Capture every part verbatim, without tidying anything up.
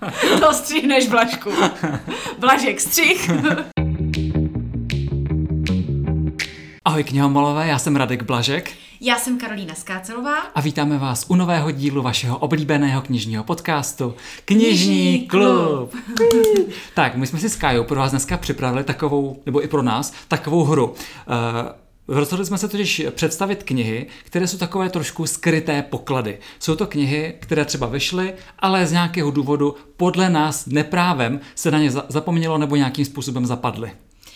To stříhneš, Blažku. Blažek střih. Ahoj knihomolové, já jsem Radek Blažek. Já jsem Karolína Skácelová. A vítáme vás u nového dílu vašeho oblíbeného knižního podcastu Knižní klub. Tak, my jsme si s Kájou pro vás dneska připravili takovou, nebo i pro nás, takovou hru. Uh, Rozhodli jsme se totiž představit knihy, které jsou takové trošku skryté poklady. Jsou to knihy, které třeba vyšly, ale z nějakého důvodu podle nás neprávem se na ně zapomnělo nebo nějakým způsobem zapadly.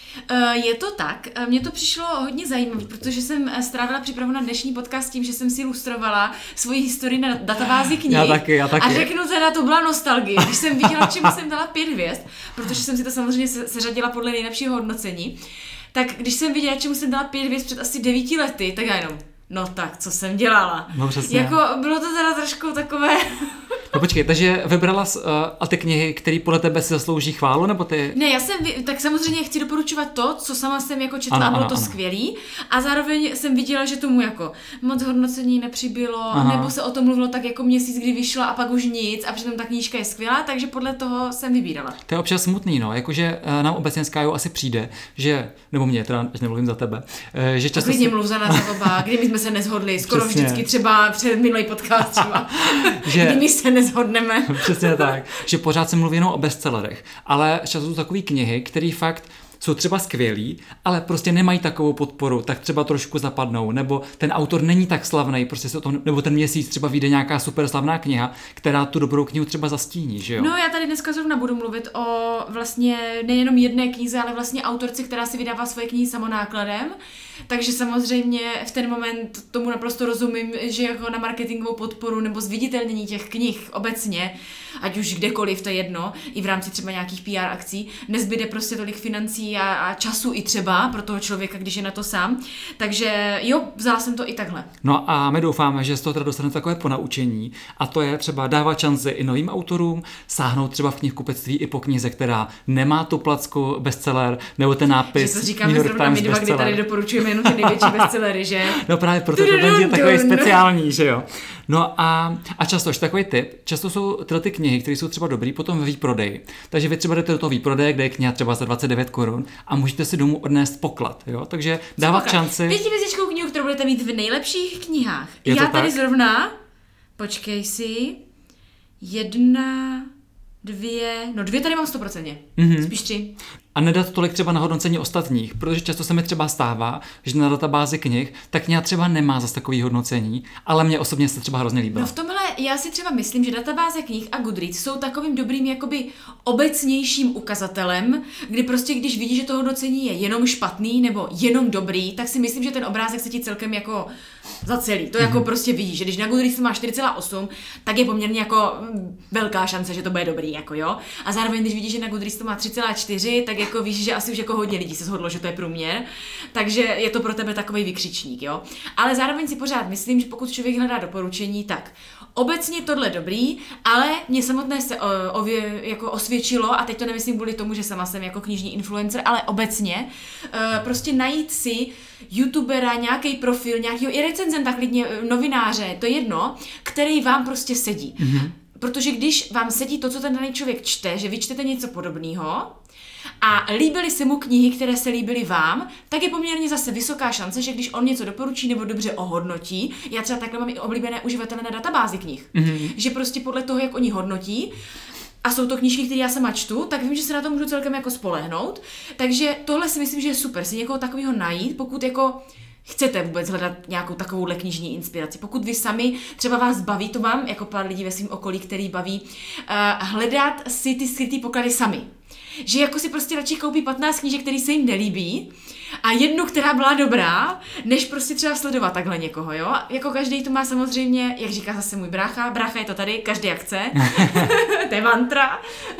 Je to tak. Mně to přišlo hodně zajímavé, protože jsem strávila přípravu na dnešní podcast tím, že jsem si ilustrovala svoji historii na databázi knih. Já taky, já taky. A řeknu teda, to byla nostalgie. Když jsem viděla, čemu jsem dala pět hvězd, protože jsem si to samozřejmě seřadila podle nejlepšího hodnocení, tak když jsem viděla, čemu jsem dala pět hvězd před asi devíti lety, tak já jenom, no tak, co jsem dělala? No přesně. Jako bylo to teda trošku takové... No počkej, takže vybrala jsi, uh, a ty knihy, které podle tebe si zaslouží chválu, nebo ty? Ne, já jsem, tak samozřejmě chci doporučovat to, co sama jsem jako četla, ano, bylo ano, to ano. skvělý. A zároveň jsem viděla, že tomu jako moc hodnocení nepřibylo, Aha. nebo se o tom mluvilo tak jako měsíc, kdy vyšla a pak už nic a přitom ta knížka je skvělá, takže podle toho jsem vybírala. To je občas smutný, no, jakože uh, nám obecně s Kájou asi přijde, že, nebo mě, teda až nemluvím za tebe, uh, že často... Klidně mluv za nás oba, kdy my jsme se neshodli, skoro Přesně. vždycky třeba před minulý podcast třeba, že... kdy my se neshodneme. Přesně tak, že pořád se mluví jenom o bestsellerech, ale často jsou takové knihy, které fakt jsou třeba skvělý, ale prostě nemají takovou podporu, tak třeba trošku zapadnou, nebo ten autor není tak slavný, prostě se o tom, nebo ten měsíc třeba vyjde nějaká super slavná kniha, která tu dobrou knihu třeba zastíní, že jo? No já tady dneska zrovna budu mluvit o vlastně nejenom jedné knize, ale vlastně autorce, která si vydává svoje knihy samonákladem, takže samozřejmě v ten moment tomu naprosto rozumím, že jako na marketingovou podporu nebo zviditelnění těch knih obecně, ať už kdekoliv, to je jedno, i v rámci třeba nějakých P R akcí, nezbyde prostě tolik financí a, a času i třeba pro toho člověka, když je na to sám. Takže jo, vzala jsem to i takhle. No a my doufáme, že z toho teda dostanete takové ponaučení, a to je třeba dávat šanci i novým autorům, sáhnout třeba v knihkupectví i po knize, která nemá tu placku bestseller, nebo ten nápis že to říkáme zrovna my dva, kdy tady doporučujeme jenom ty největší bestsellery, že? No právě proto to je takový speciální, že jo. No a, a často, ještě takový tip, často jsou tyhle ty knihy, které jsou třeba dobrý, potom ve výprodeji. Takže vy třeba jdete do toho výprodeje, kde je kniha třeba za dvacet devět korun a můžete si domů odnést poklad, jo. Takže dávat poklad? šanci. Pětihvězdičkou knihu, kterou budete mít v nejlepších knihách. Je Já to tady tak? zrovna, počkej si, jedna, dvě, no dvě tady mám sto procent, Mhm. spíš tři. A nedat tolik třeba na hodnocení ostatních, protože často se mi třeba stává, že na databázi knih ta kniha třeba nemá zas takový hodnocení, ale mě osobně se třeba hrozně líbila. No v tomhle já si třeba myslím, že databáze knih a Goodreads jsou takovým dobrým jakoby obecnějším ukazatelem, kdy prostě když vidíš, že to hodnocení je jenom špatný nebo jenom dobrý, tak si myslím, že ten obrázek se ti celkem jako zacelí. To jako mm-hmm. prostě vidíš, že když na Goodreads to má čtyři celá osm, tak je poměrně jako velká šance, že to bude dobrý, jako jo. A zároveň když vidíš, že na Goodreads to má tři celá čtyři, tak jako víš, že asi už jako hodně lidí se shodlo, že to je průměr, takže je to pro tebe takový vykřičník, jo. Ale zároveň si pořád myslím, že pokud člověk hledá doporučení, tak obecně tohle dobrý, ale mě samotné se o, ově, jako osvědčilo, a teď to nemyslím kvůli tomu, že sama jsem jako knižní influencer, ale obecně, uh, prostě najít si youtubera, nějaký profil, nějakého i recenzenta, klidně novináře, to je jedno, který vám prostě sedí. Mm-hmm. Protože když vám sedí to, co ten daný člověk čte, že vy čtete něco podobného, a líbily se mu knihy, které se líbily vám, tak je poměrně zase vysoká šance, že když on něco doporučí nebo dobře ohodnotí, já třeba takhle mám i oblíbené uživatele na databázi knih, mm-hmm. že prostě podle toho, jak oni hodnotí, a jsou to knížky, které já sama čtu, tak vím, že se na to můžu celkem jako spolehnout. Takže tohle si myslím, že je super si někoho takového najít, pokud jako chcete vůbec hledat nějakou takovouhle knižní inspiraci. Pokud vy sami, třeba vás baví, to mám jako pár lidí ve svém okolí, který baví, uh, hledat si ty skrytý poklady sami. Že jako si prostě radši koupí patnáct knížek, který se jim nelíbí, a jednu, která byla dobrá, než prostě třeba sledovat takhle někoho, jo? Jako každý to má samozřejmě, jak říká zase můj brácha, brácha je to tady, každý jak chce, to je mantra.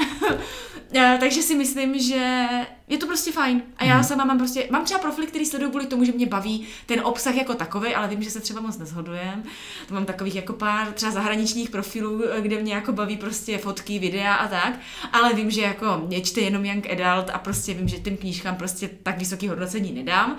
Takže si myslím, že je to prostě fajn. A já sama mám prostě, mám třeba profily, který sleduju kvůli tomu, že mě baví ten obsah jako takovej, ale vím, že se třeba moc neshodujeme. To mám takových jako pár třeba zahraničních profilů, kde mě jako baví prostě fotky, videa a tak, ale vím, že jako mě čte jenom young adult a prostě vím, že těm knížkám prostě tak vysoký hodnocení nedám.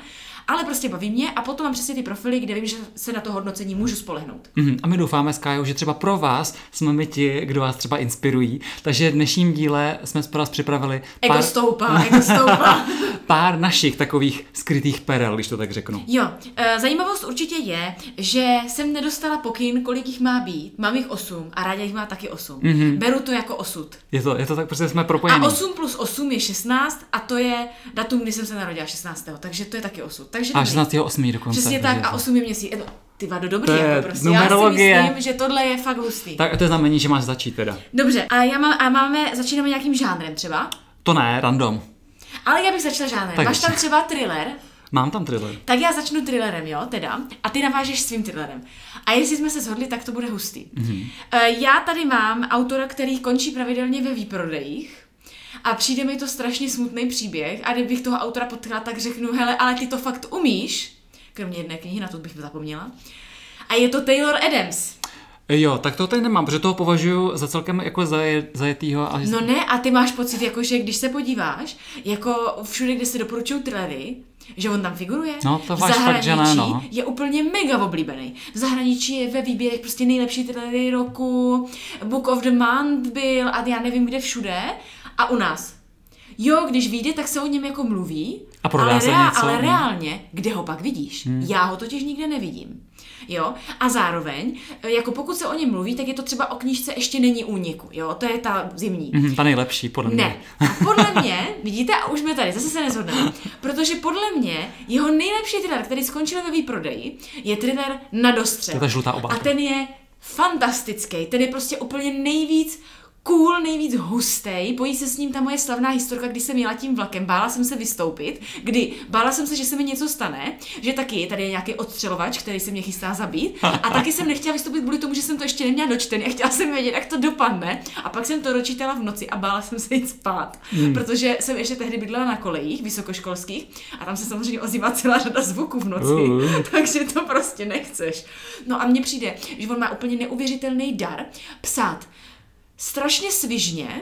ale prostě baví mě a potom mám přesně ty profily, kde vím, že se na to hodnocení můžu spolehnout. Mm, a my doufáme s Kájou, že třeba pro vás jsme my ti, kdo vás třeba inspirují. Takže v dnešním díle jsme pro vás připravili pár... Ego stoupá, ego stoupá. pár našich takových skrytých perel, když to tak řeknu. Jo, zajímavost určitě je, že jsem nedostala pokyn, kolik jich má být. Mám jich osm a Ráďa jich má taky osm. Mm-hmm. Beru to jako osud. Je to, je to tak, protože jsme propojení. A osm plus osm je šestnáct a to je datum, kdy jsem se narodila, šestnáctého Takže to je taky osud. Takže a šestnáctého osmého dokonce. Přesně tak a osm je měsíc. Ty vado, dobrý, to jako prostě. numerologie. Já si myslím, že tohle je fakt hustý. Tak to znamení, že máš začít teda. Dobře, a, já mám, a máme, začínáme nějakým žánrem třeba? To ne, random. Ale já bych začala žánrem. Tak máš tam třeba thriller? Mám tam thriller. Tak já začnu thrillerem, jo, teda. A ty navážeš svým thrillerem. A jestli jsme se shodli, tak to bude hustý. Mm-hmm. Já tady mám autora, který končí pravidelně ve výprodejích. A přijde mi to strašně smutný příběh. A kdybych toho autora potkala, tak řeknu, hele, ale ty to fakt umíš. Kromě jedné knihy, na to bych zapomněla. A je to Taylor Adams. Jo, tak to tady nemám, protože toho považuji za celkem jako zaje, zajetýho. A... No ne, a ty máš pocit, jako, že když se podíváš, jako všude, kde se doporučují thrillery, že on tam figuruje. No, to v máš zahraničí fakt, že ne, no. Je úplně mega oblíbený. V zahraničí je ve výběrech prostě nejlepší thrillery roku, Book of the Month byl a já nevím kde všude. A u nás. Jo, když vyjde, tak se o něm jako mluví, a prodá ale, se reál, něco, ale reálně, kde ho pak vidíš? Hmm. Já ho totiž nikde nevidím. Jo? A zároveň, jako pokud se o něm mluví, tak je to třeba o knížce Ještě není úniku. Jo? To je ta zimní. Mm, ta nejlepší, podle mě. Ne. A podle mě, vidíte, a už jsme tady, zase se nezhodneme, protože podle mě jeho nejlepší thriller, který skončil ve výprodeji, je thriller Na dostřel. To je ta žlutá obálka. A ten je fantastický. Ten je prostě úplně nejvíc cool, nejvíc hustej, pojí se s ním ta moje slavná historka, kdy jsem jela tím vlakem, bála jsem se vystoupit, kdy bála jsem se, že se mi něco stane, že taky tady je nějaký odstřelovač, který se mě chystá zabít a taky jsem nechtěla vystoupit kvůli tomu, že jsem to ještě neměla dočtený a chtěla jsem vědět, jak to dopadne a pak jsem to dočítala v noci a bála jsem se jít spát, hmm. protože jsem ještě tehdy bydlela na kolejích vysokoškolských a tam se samozřejmě ozývá celá řada zvuků v noci, uh. takže to prostě nechceš. No a mně přijde, že on má úplně neuvěřitelný dar psát strašně svižně,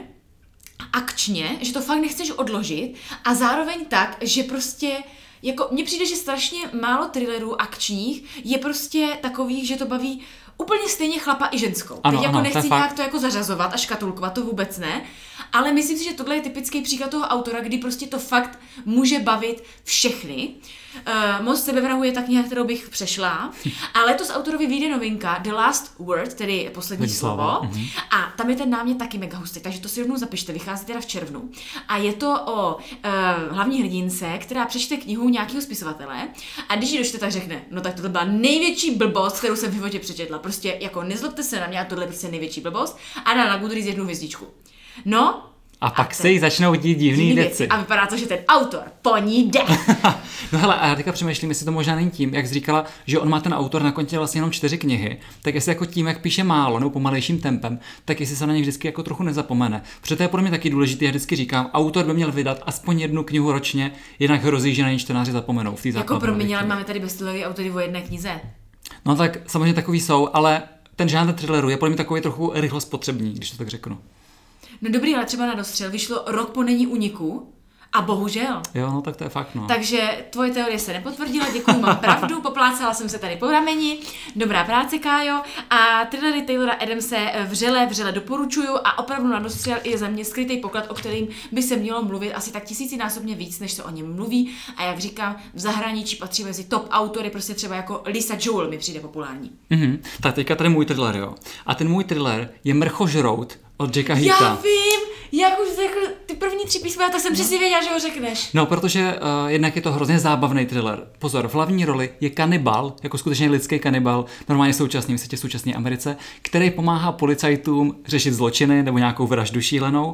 akčně, že to fakt nechceš odložit a zároveň tak, že prostě jako mně přijde, že strašně málo thrillerů akčních je prostě takových, že to baví úplně stejně chlapa i ženskou. Ano, Teď jako ano, nechci to nějak fakt... to jako zařazovat a škatulkovat, to vůbec ne, ale myslím si, že tohle je typický příklad toho autora, kdy prostě to fakt může bavit všechny. Uh, moc sebevrahu je ta kniha, kterou bych přešla, a letos autorovi vyjde novinka The Last Word, tedy poslední slovo, mm-hmm. a tam je ten námět taky mega hustý, takže to si rovnou zapište, vychází teda v červnu. A je to o uh, hlavní hrdince, která přečte knihu nějakého spisovatele a když ji dočte, tak řekne, no tak to byla největší blbost, kterou jsem v životě přečetla. Prostě jako nezlobte se na mě, a tohle je prostě největší blbost a dá na Goodreads jednu hvězdičku. No, a pak a se jí začnou dít divný věci. A vypadá to, že ten autor po ní jde. No hele, a já teďka přemýšlím, jestli to možná není tím, jak jsi říkala, že on má ten autor na kontě vlastně jenom čtyři knihy, tak jestli jako tím, jak píše málo nebo pomalejším tempem, tak jestli se na ně vždycky jako trochu nezapomene. Protože to je pro mě taky důležité, já vždycky říkám, autor by měl vydat aspoň jednu knihu ročně, jinak hrozí, že na ní čtenáři zapomenou. V té jako pro mě, ale máme tady bestsellerový autory o jedné knize. No tak samozřejmě takový jsou, ale ten žánr thrilleru je pro mě takový trochu rychlospotřební, když to tak řeknu. No dobrý, ale třeba Na dostřel vyšlo rok po Není úniku a bohužel. Jo, no tak to je fakt, no. Takže tvoje teorie se nepotvrdila, děkuju, mám pravdu, poplácala jsem se tady po rameni, dobrá práce, Kájo, a thrillery Taylora Adamse vřele, vřele doporučuju a opravdu Na dostřel je za mě skrytý poklad, o kterým by se mělo mluvit asi tak tisícinásobně víc, než se o něm mluví, a jak říkám, v zahraničí patří mezi top autory, prostě třeba jako Lisa Joel mi přijde populární. Mhm, tak teďka tady můj thriller, jo. A ten můj thriller je Mrchožrout od Jacka Heatha. Já vím, jak už řekl ty první tři písmena, tak jsem no. přesně věděla, že ho řekneš. No, protože uh, jednak je to hrozně zábavný thriller. Pozor, v hlavní roli je kanibal, jako skutečně lidský kanibal, normálně současný, v světě současné Americe, který pomáhá policajtům řešit zločiny nebo nějakou vraždu šílenou.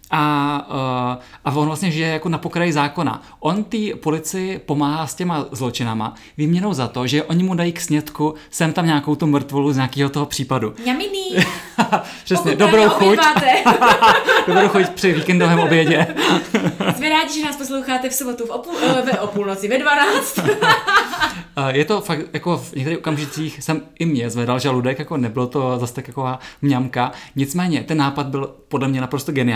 A, uh, a on vlastně žije jako na pokraji zákona. On té policii pomáhá s těma zločinama výměnou za to, že oni mu dají k snědku sem tam nějakou tu mrtvolu z nějakého toho případu. Ňaminý. Přesně, dobrou chuť. Dobrou chuť při víkendovém obědě. Jsme rádi, že nás posloucháte v sobotu v opůl, ve, o půlnoci ve dvanáct. Je to fakt, jako v některých okamžicích jsem i mě zvedal žaludek, jako nebylo to zase tak taková mňamka. Nicméně ten nápad byl podle mě naprosto geniální. Bylo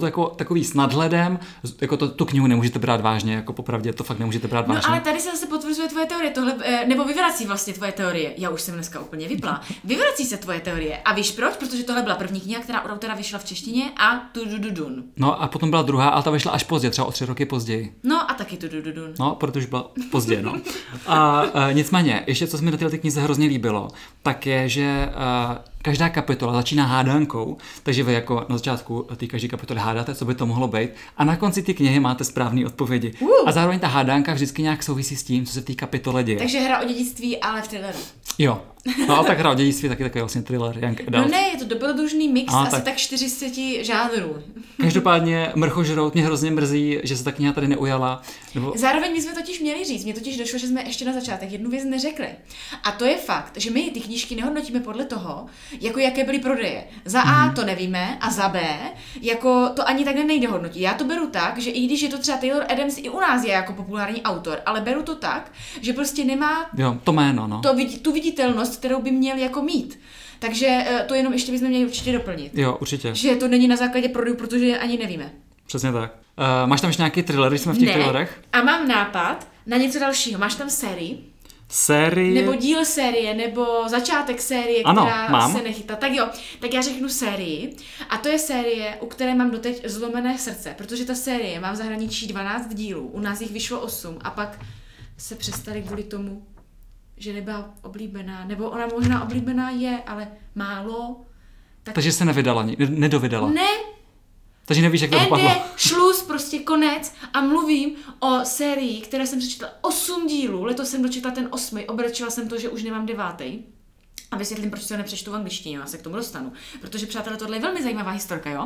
to jako takový s nadhledem, jako to, tu knihu nemůžete brát vážně, jako popravdě to fakt nemůžete brát vážně. No ale tady se zase potvrzuje tvoje teorie, tohle, nebo vyvrací vlastně tvoje teorie. Já už jsem dneska úplně vypla. Vyvrací se tvoje teorie. A víš proč? Protože tohle byla první kniha, která od autora vyšla v češtině a tudududun. No a potom byla druhá, ale ta vyšla až pozdě, třeba o tři roky později. No a taky tudududun. No, protože byla pozdě, no. A, a nicméně, ještě co se mi na této knize hrozně líbilo, tak je, že a, každá kapitola začíná hádankou, takže vy jako na začátku té každé kapitoly hádáte, co by to mohlo být, a na konci ty knihy máte správné odpovědi. Uh. A zároveň ta hádánka vždycky nějak souvisí s tím, co se v té kapitole děje. Takže hra o dědictví, ale v thrilleru. Jo. No a tak hra o dědictví taky takový vlastně thriller. Young Adult. No ne, je to dobrodružný mix, a, asi tak. tak čtyři sta žánrů. Každopádně Mrchožrout mě hrozně mrzí, že se ta kniha tady neujala. Nebo... Zároveň my jsme totiž měli říct, mě totiž došlo, že jsme ještě na začátek jednu věc neřekli. A to je fakt, že my ty knížky nehodnotíme podle toho, jako jaké byly prodeje. Za A mm-hmm. to nevíme a za B, jako to ani takhle nejde hodnotit. Já to beru tak, že i když je to třeba Taylor Adams i u nás je jako populární autor, ale beru to tak, že prostě nemá jo, to jméno, no. to, tu viditelnost, kterou by měl jako mít. Takže to jenom ještě bychom měli určitě doplnit. Jo, určitě. Že to není na základě prodejů, protože ani nevíme. Přesně tak. Uh, máš tam ještě nějaký thriller, když jsme v těch ne. thrillerech? A mám nápad na něco dalšího. Máš tam sérii? Série? Nebo díl série, nebo začátek série, ano, která mám. se nechytá. Tak jo, tak já řeknu sérii. A to je série, u které mám doteď zlomené srdce, protože ta série má v zahraničí dvanáct dílů, u nás jich vyšlo osm a pak se přestali kvůli tomu, že nebyla oblíbená, nebo ona možná oblíbená je, ale málo. Tak... Takže se nevydala, nedovydala. Ne. Takže nevíš, jak to dopadlo. Ende, šluz, prostě konec a mluvím o sérii, které jsem přečetla osm dílů, letos jsem dočetla ten osmý, obrečila jsem to, že už nemám devátý. A vysvětlím, proč se ho nepřečtu v angličtině, já se k tomu dostanu. Protože, přátelé, tohle je velmi zajímavá historka, jo.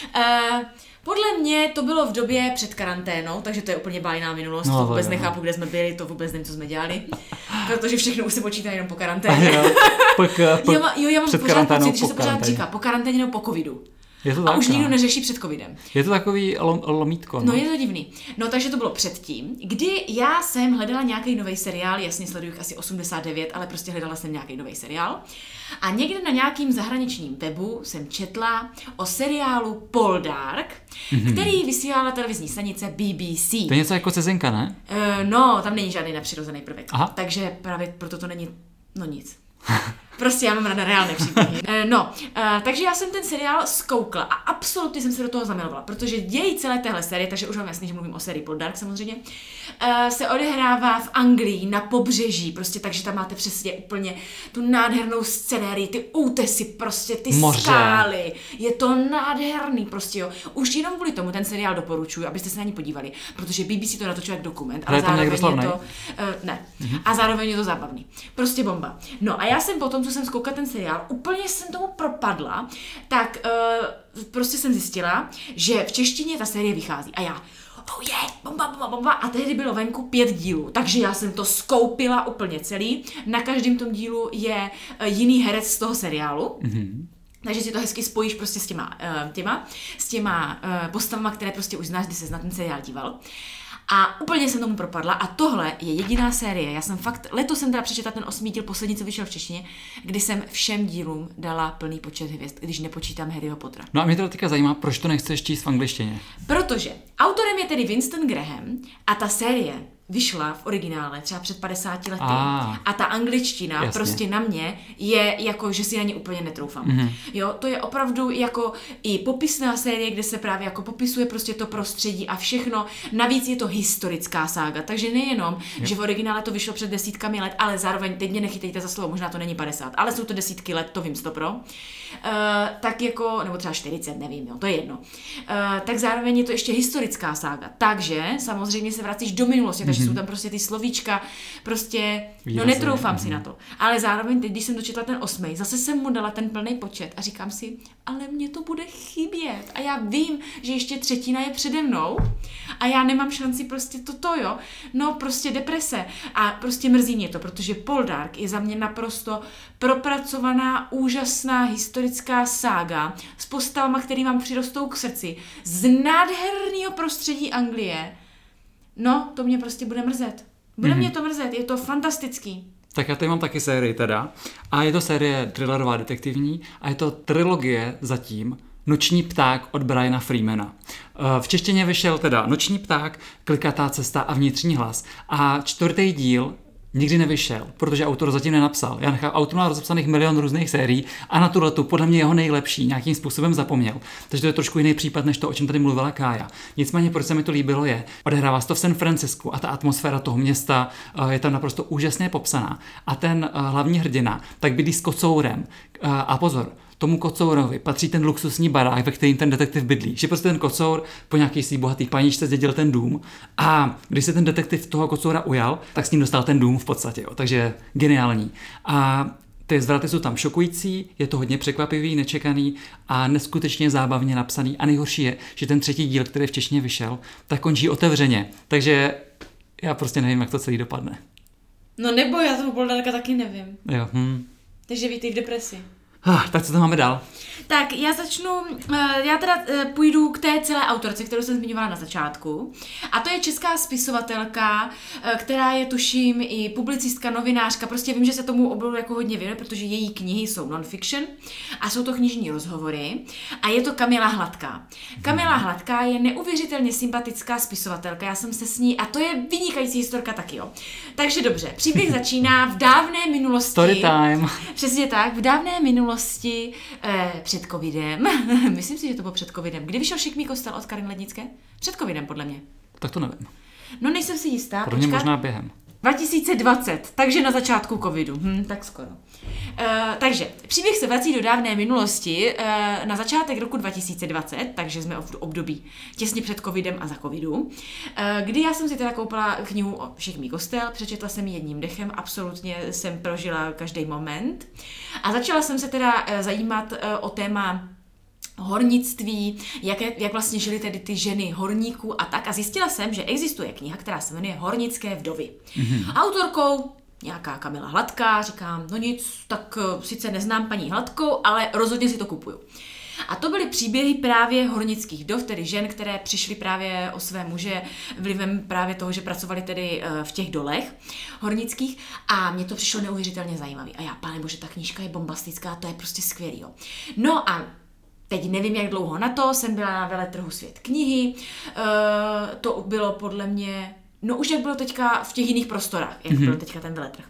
Uh, podle mě to bylo v době před karanténou, takže to je úplně bájná minulost, no, to vůbec jo, nechápu, kde jsme byli, to vůbec nevím, co jsme dělali, protože všechno už se počítá jenom po karanténě. Jo, pak, pak jo, jo, já mám před pořád pocit, že se karanténě. pořád říká po karanténě nebo po covidu. Je to a tak, už nikdo no. neřeší před covidem. Je to takový lom, lomítko. No. no je to divný. No takže to bylo předtím, kdy já jsem hledala nějaký nový seriál, jasně sleduju asi osmdesát devět, ale prostě hledala jsem nějaký nový seriál. A někde na nějakým zahraničním webu jsem četla o seriálu Poldark, mm-hmm. který vysílala televizní stanice B B C. To je něco jako cizinka, ne? Uh, no, tam není žádný nadpřirozený prvek. Aha. Takže právě proto to není, no nic. Prostě já mám ráda reálné příběhy. No, takže já jsem ten seriál zkoukla a absolutně jsem se do toho zamilovala, protože děj celé téhle série, takže už mám jasný, že mluvím o sérii Poldark samozřejmě, se odehrává v Anglii na pobřeží, prostě takže tam máte přesně úplně tu nádhernou scenérii, ty útesy, prostě ty Moře. skály. Je to nádherný prostě, jo. Už jenom kvůli tomu ten seriál doporučuji, abyste se na ní podívali, protože B B C to natočuje jak dokument, ale zároveň je to uh, ne. Mm-hmm. A zároveň je to zábavný. Prostě bomba. No a já jsem potom, co jsem zkoukala ten seriál, úplně jsem tomu propadla, tak uh, prostě jsem zjistila, že v češtině ta série vychází a já oh yeah, bomba, bomba, bomba. A tehdy bylo venku pět dílů, takže já jsem to skoupila úplně celý. Na každém tom dílu je jiný herec z toho seriálu. Mm-hmm. Takže si to hezky spojíš prostě s těma, těma, s těma postavama, které prostě už znáš, když ses na ten seriál díval. A úplně jsem tomu propadla a tohle je jediná série. Já jsem fakt, letos jsem teda přečetla ten osmý díl, poslední, co vyšel v češtině, kdy jsem všem dílům dala plný počet hvězd, když nepočítám Harryho Pottera. No a mě to teďka zajímá, proč to nechceš číst v angličtině? Protože autorem je tedy Winston Graham a ta série vyšla v originále třeba před padesáti lety a, a ta angličtina jasně. prostě na mě je jako, že si na ní úplně netroufám. Mm-hmm. Jo, to je opravdu jako i popisná série, kde se právě jako popisuje prostě to prostředí a všechno. Navíc je to historická sága, takže nejenom, jo. že v originále to vyšlo před desítkami let, ale zároveň, teď mě nechytejte za slovo, možná to není padesát, ale jsou to desítky let, to vím stopro. Uh, tak jako, nebo třeba čtyřicet, nevím, jo, to je jedno. Uh, tak zároveň je to ještě historická sága, takže samozřejmě se vracíš do minulosti, takže jsou tam prostě ty slovíčka, prostě, no netroufám si na to. Ale zároveň teď, když jsem dočetla ten osmej, zase jsem mu dala ten plný počet a říkám si, ale mně to bude chybět. A já vím, že ještě třetina je přede mnou a já nemám šanci prostě toto, jo. No prostě deprese. A prostě mrzí mě to, protože Poldark je za mě naprosto propracovaná, úžasná historická sága s postavama, který vám přirostou k srdci, z nádherného prostředí Anglie. No, to mě prostě bude mrzet. Bude mm-hmm. mě to mrzet, je to fantastický. Tak já tady mám taky sérii teda. A je to série thrillerová detektivní a je to trilogie zatím Noční pták od Briana Freemana. V češtině vyšel teda Noční pták, Klikatá cesta a Vnitřní hlas. A čtvrtý díl nikdy nevyšel, protože autor zatím nenapsal. Já nechám, autor má rozepsaných milion různých sérií a na tuhletu podle mě jeho nejlepší nějakým způsobem zapomněl. Takže to je trošku jiný případ, než to, o čem tady mluvila Kája. Nicméně, proč se mi to líbilo, je, odehrává se to v San Francisku a ta atmosféra toho města je tam naprosto úžasně popsaná. A ten hlavní hrdina tak bydlí s kocourem. A pozor, tomu kocourovi patří ten luxusní barák, ve kterým ten detektiv bydlí. Že prostě ten kocour po nějaký svý bohatý paničce zdědil ten dům a když se ten detektiv toho kocoura ujal, tak s ním dostal ten dům v podstatě. Jo. Takže geniální. A ty zvraty jsou tam šokující, je to hodně překvapivý, nečekaný a neskutečně zábavně napsaný. A nejhorší je, že ten třetí díl, který v češtině vyšel, tak končí otevřeně. Takže já prostě nevím, jak to celý dopadne. No nebo já toho Poldarka taky nevím. Jo. Hm. Takže vítej v depresi. Ah, tak co tam máme dál? Tak já začnu, já teda půjdu k té celé autorce, kterou jsem zmiňovala na začátku. A to je česká spisovatelka, která je tuším i publicistka, novinářka. Prostě vím, že se tomu oboru jako hodně věnuje, protože její knihy jsou non-fiction a jsou to knižní rozhovory. A je to Kamila Hladká. Kamila Hladká je neuvěřitelně sympatická spisovatelka. Já jsem se s ní, a to je vynikající historka taky, jo. Takže dobře, příběh začíná v dávné minulosti. Story time. Přesně tak, v dávné minulosti eh, před covidem. Myslím si, že to bylo před covidem. Kdy vyšel Šikmý kostel od Karin Lednické? Před covidem, podle mě. Tak to nevím. No nejsem si jistá. Podle mě možná během. dva tisíce dvacet, takže na začátku covidu. Hm, tak skoro. Uh, takže příběh se vrací do dávné minulosti uh, na začátek roku dva tisíce dvacet, takže jsme v období těsně před covidem a za covidu, uh, kdy já jsem si teda koupila knihu o Šikmý kostel, přečetla jsem ji jedním dechem, absolutně jsem prožila každý moment a začala jsem se teda uh, zajímat uh, o téma hornictví, jak, jak vlastně žili tedy ty ženy horníků a tak. A zjistila jsem, že existuje kniha, která se jmenuje Hornické vdovy. Mm-hmm. Autorkou nějaká Kamila Hladká, říkám, no nic, tak uh, sice neznám paní Hladkou, ale rozhodně si to kupuju. A to byly příběhy právě hornických vdov, tedy žen, které přišly právě o své muže vlivem právě toho, že pracovali tedy uh, v těch dolech hornických a mně to přišlo neuvěřitelně zajímavé. A já, pane bože, ta knížka je bombastická, to je prostě skvělý, jo. No a teď nevím, jak dlouho na to, jsem byla na veletrhu Svět knihy, uh, to bylo podle mě, no už jak bylo teďka v těch jiných prostorách, jak mm-hmm. byl teďka ten veletrh.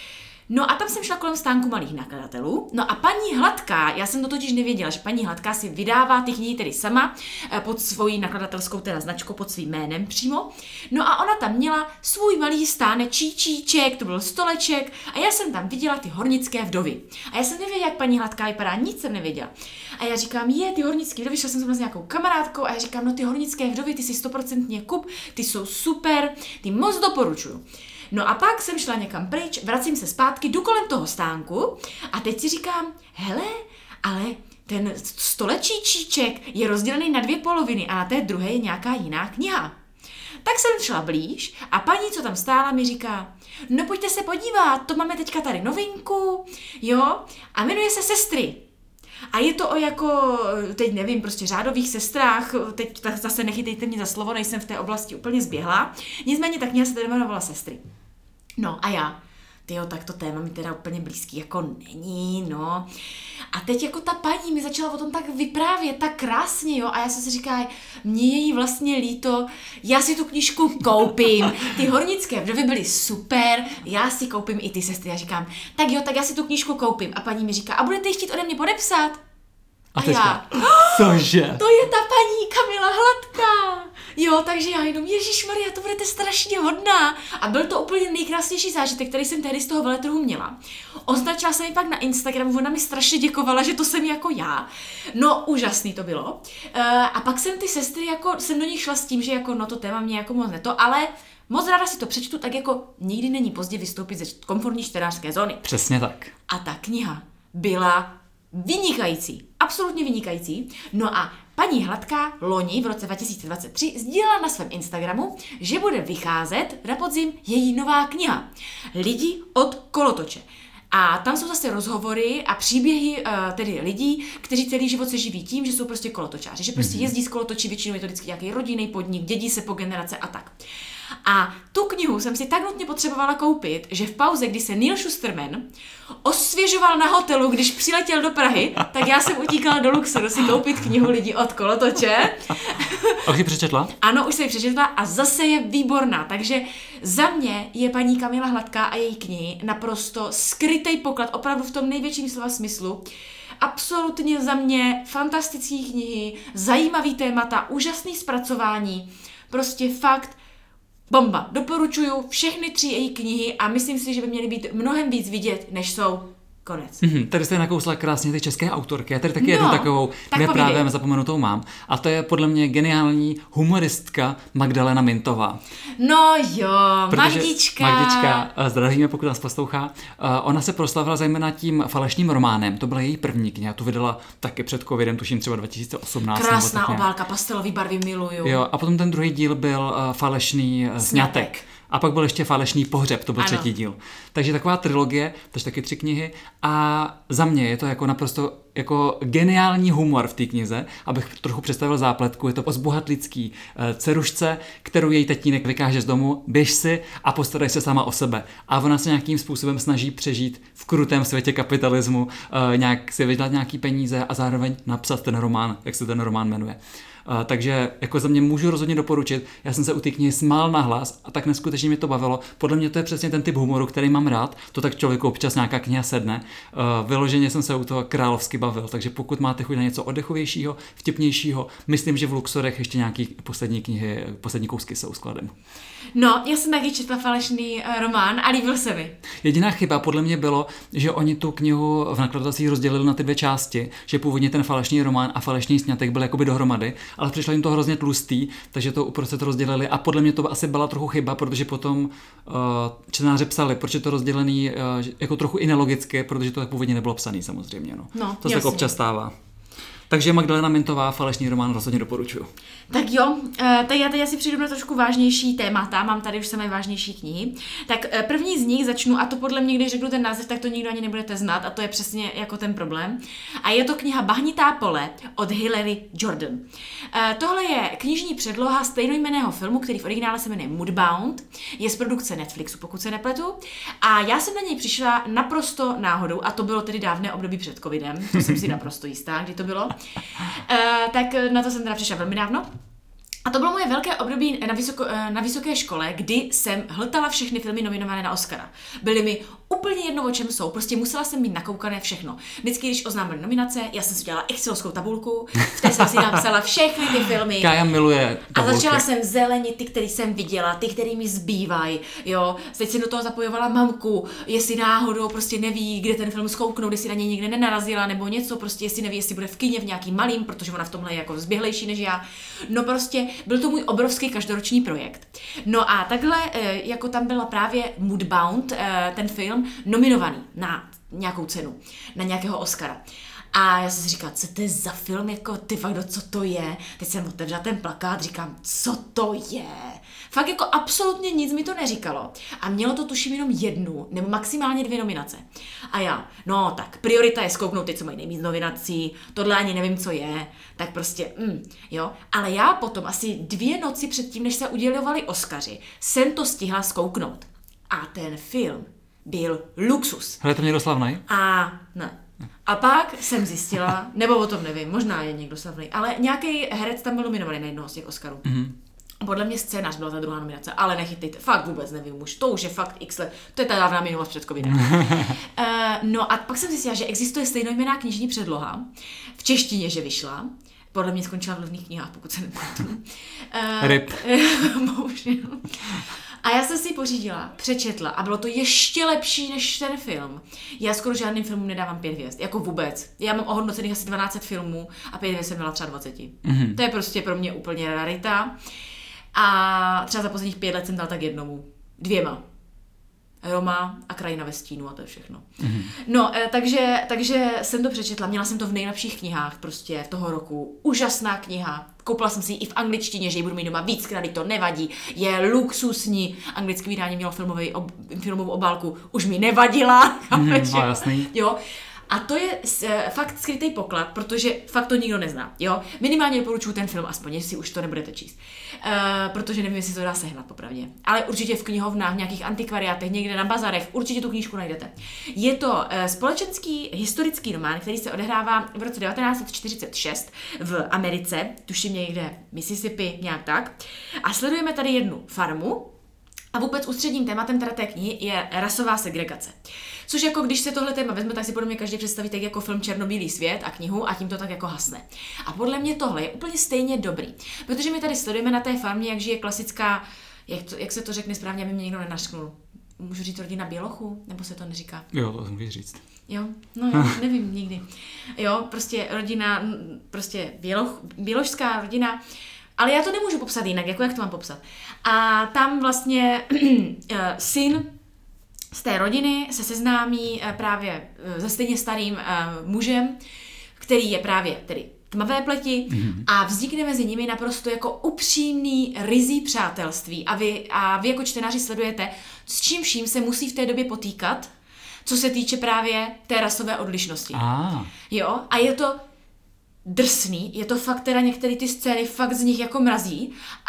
No a tam jsem šla kolem stánku malých nakladatelů. No a paní Hladká, já jsem to totiž nevěděla, že paní Hladká si vydává ty knihy tedy sama pod svojí nakladatelskou teda značkou, pod svým jménem přímo. No a ona tam měla svůj malý stánečíčíček, to byl stoleček a já jsem tam viděla ty hornické vdovy. A já jsem nevěděla, jak paní Hladká vypadá, nic jsem nevěděla. A já říkám, je, ty hornické vdovy, šla jsem s nějakou kamarádkou a já říkám, no ty hornické vdovy, ty si stoprocentně kup, ty jsou super, ty moc doporučuju. No a pak jsem šla někam pryč, vracím se zpátky, jdu kolem toho stánku a teď si říkám, hele, ale ten stolečíčíček je rozdělený na dvě poloviny a na té druhé je nějaká jiná kniha. Tak jsem šla blíž a paní, co tam stála, mi říká, no pojďte se podívat, to máme teďka tady novinku, jo, a jmenuje se Sestry. A je to o jako, teď nevím, prostě řádových sestrách, teď tak zase nechytejte mě za slovo, nejsem v té oblasti úplně zběhla, nicméně ta kniha se tedy jmenovala Sestry. No a já, tyjo, tak to téma mi teda úplně blízký jako není, no. A teď jako ta paní mi začala o tom tak vyprávět, tak krásně, jo, a já jsem si říkala, mě je jí vlastně líto, já si tu knížku koupím, ty hornické vdovy byly super, já si koupím i ty Sestry, já říkám, tak jo, tak já si tu knížku koupím a paní mi říká, a budete ji chtít ode mě podepsat? A, a já, cože? To je ta paní Kamila Hladká. Jo, takže já jenom, ježišmarja, to budete strašně hodná. A byl to úplně nejkrásnější zážitek, který jsem tehdy z toho veletrhu měla. Označila jsem ji pak na Instagramu, ona mi strašně děkovala, že to jsem jako já. No, úžasný to bylo. Uh, a pak jsem ty Sestry, jako, jsem do nich šla s tím, že jako, no to téma mě jako moc neto, ale moc ráda si to přečtu, tak jako nikdy není pozdě vystoupit ze komfortní čtenářské zóny. Přesně tak. A ta kniha byla vynikající, absolutně vynikající. No a paní Hladká loni v roce dva tisíce dvacet tři sdílela na svém Instagramu, že bude vycházet na podzim její nová kniha Lidi od kolotoče. A tam jsou zase rozhovory a příběhy uh, tedy lidí, kteří celý život se živí tím, že jsou prostě kolotočáři, že prostě jezdí z kolotočí, většinou je to vždycky nějaký rodinný podnik, dědí se po generace a tak. A tu knihu jsem si tak nutně potřebovala koupit, že v pauze, kdy se Neil Shusterman osvěžoval na hotelu, když přiletěl do Prahy, tak já jsem utíkala do Luxoru si koupit knihu Lidi od kolotoče. A už ji přečetla? Ano, už jsem ji přečetla a zase je výborná, takže za mě je paní Kamila Hladká a její knihy naprosto skrytej poklad, opravdu v tom největším slova smyslu. Absolutně za mě fantastické knihy, zajímavý témata, úžasný zpracování, prostě fakt bomba. Doporučuju všechny tři její knihy a myslím si, že by měly být mnohem víc vidět, než jsou. Konec. Mm-hmm, tady jste nakousla krásně ty české autorky. Já tady taky no, jednu takovou tak neprávem zapomenutou mám. A to je podle mě geniální humoristka Magdalena Mintová. No jo, Protože Magdička. Magdička, zdravíme, pokud nás poslouchá. Ona se proslavila zejména tím falešným románem. To byla její první kniha. Tu vydala taky před covidem, tuším třeba dva tisíce osmnáct. Krásná obálka, pastelový barvy miluju. Jo, a potom ten druhý díl byl falešný sňatek. sňatek. A pak byl ještě falešný pohřeb, to byl ano. třetí díl. Takže taková trilogie, takže taky tři knihy. A za mě je to jako naprosto jako geniální humor v té knize, abych trochu představil zápletku. Je to o zbohatlický dcerušce, kterou její tatínek vykáže z domu, běž si a postarej se sama o sebe. A ona se nějakým způsobem snaží přežít v krutém světě kapitalismu, nějak si vydělat nějaký peníze a zároveň napsat ten román, jak se ten román jmenuje. Uh, takže jako za mě můžu rozhodně doporučit. Já jsem se u té knihy smál nahlas a tak neskutečně mě to bavilo. Podle mě to je přesně ten typ humoru, který mám rád. To tak člověku občas nějaká kniha sedne. Uh, vyloženě jsem se u toho královsky bavil. Takže pokud máte chuť na něco oddechovějšího, vtipnějšího, myslím, že v Luxorech ještě nějaký poslední knihy, poslední kousky jsou skladem. No, já jsem taky četla falešný uh, román a líbil se mi. Jediná chyba podle mě bylo, že oni tu knihu v nakladatelství rozdělili na ty dvě části, že původně ten falešný román a falešný sňatek byl jakoby dohromady, ale přišlo jim to hrozně tlustý, takže to uprostřed rozdělili a podle mě to asi byla trochu chyba, protože potom uh, čtenáři psali, proč je to rozdělený uh, jako trochu i nelogicky, protože to tak původně nebylo psaný samozřejmě. No. No, to se tak občas stává. Takže Magdalena Mintová, falešný román, rozhodně doporučuju. Tak jo, tak já teď asi přijdu na trošku vážnější témata, mám tady už samé vážnější knihy. Tak první z nich začnu, a to podle mě, když řeknu ten název, tak to nikdo ani nebudete znát, a to je přesně jako ten problém. A je to kniha Bahnitá pole od Hilary Jordan. Tohle je knižní předloha stejnojmenného filmu, který v originále se jmenuje Mudbound, je z produkce Netflixu, pokud se nepletu. A já jsem na něj přišla naprosto náhodou, a to bylo tedy dávné období před covidem, to jsem si naprosto jistá, kdy to bylo. Uh, tak na to jsem teda přišla velmi dávno. A to bylo moje velké období na, vysoko, na vysoké škole, kdy jsem hltala všechny filmy nominované na Oscara. Byly mi úplně jedno, o čem jsou, prostě musela jsem mít nakoukané všechno. Vždycky, když oznámili nominace, já jsem si dělala excelovskou tabulku, v té jsem si napsala všechny ty filmy. Kája miluje tabulky. A začala jsem zelenit ty, který jsem viděla, ty, který mi zbývají, jo. Teď jsem do toho zapojovala mamku, jestli náhodou prostě neví, kde ten film zkouknout, jestli na něj nikde nenarazila, nebo něco, prostě jestli neví, jestli bude v kině v nějakým malým, protože ona v tomhle je jako zběhlejší než já. No prostě byl to můj obrovský každoroční projekt. No a takhle, jako tam byla právě Mudbound, ten film, nominovaný na nějakou cenu, na nějakého Oscara. A já jsem si říkala, co to je za film, jako ty fakt, co to je? Teď jsem otevřela ten plakát, říkám, co to je? Fakt jako absolutně nic mi to neříkalo. A mělo to tuším jenom jednu, nebo maximálně dvě nominace. A já, no tak, priorita je zkouknout ty, co mají nejvíc nominací, tohle ani nevím, co je, tak prostě, mm, jo. Ale já potom asi dvě noci předtím, než se udělovali Oscaři, jsem to stihla zkouknout. A ten film byl luxus. Hele, to mě doslavnej? A ne. A pak jsem zjistila, nebo o tom nevím, možná je někdo slavný, ale nějaký herec tam byl nominovaný na jednoho z těch Oscarů. Mm-hmm. Podle mě scénář byla ta druhá nominace, ale nechytejte, fakt vůbec nevím už, to už je fakt x let, to je ta dávná minulost před covidem. uh, no a pak jsem zjistila, že existuje stejnojmenná knižní předloha, v češtině, že vyšla, podle mě skončila v levných knihách, pokud se nepletu. Uh, Rip. Bohužel. A já jsem si ji pořídila, přečetla a bylo to ještě lepší než ten film. Já skoro žádným filmům nedávám pět hvězd, jako vůbec. Já mám ohodnocených asi dvanáct set filmů a pět hvězd jsem měla třeba dvacet. Mm-hmm. To je prostě pro mě úplně rarita. A třeba za posledních pět let jsem dala tak jednomu, dvěma. Roma a Krajina ve stínu a to je všechno. Mm-hmm. No, takže, takže jsem to přečetla, měla jsem to v nejlepších knihách prostě toho roku. Úžasná kniha. Koupila jsem si ji i v angličtině, že ji budu mít doma víckrát, to nevadí. Je luxusní. Anglické vydání mělo filmový ob, filmovou obálku, už mi nevadila. Mm-hmm, no, jasný. Jo. A to je uh, fakt skrytý poklad, protože fakt to nikdo nezná, jo. Minimálně doporučuji ten film, aspoň, jestli už to nebudete číst. Uh, protože nevím, jestli to dá sehnat, popravdě. Ale určitě v knihovnách, v nějakých antikvariátech, někde na bazarech, určitě tu knížku najdete. Je to uh, společenský historický román, který se odehrává v roce devatenáct set čtyřicet šest v Americe, tuším někde Mississippi, nějak tak. A sledujeme tady jednu farmu a vůbec ústředním tématem teda té knihy je rasová segregace. Což jako když se tohle téma vezme, tak si podle mě každý představí tak jako film Černobílý svět a knihu a tím to tak jako hasne. A podle mě tohle je úplně stejně dobrý, protože my tady sledujeme na té farmě, jak žije klasická, jak, to, jak se to řekne správně, aby mě někdo nenašknul. Můžu říct rodina Bělochů? Nebo se to neříká? Jo, to můžu říct. Jo, no jo, nevím nikdy. Jo, prostě rodina, prostě běloch, běložská rodina, ale já to nemůžu popsat jinak, jako jak to mám popsat. A tam vlastně syn z té rodiny se seznámí právě se stejně starým mužem, který je právě tedy tmavé pleti mm-hmm. a vznikne mezi nimi naprosto jako upřímný, ryzí přátelství a vy, a vy jako čtenáři sledujete, s čím vším se musí v té době potýkat, co se týče právě té rasové odlišnosti. Ah. Jo, a je to drsný, je to fakt teda některé ty scény fakt z nich jako mrazí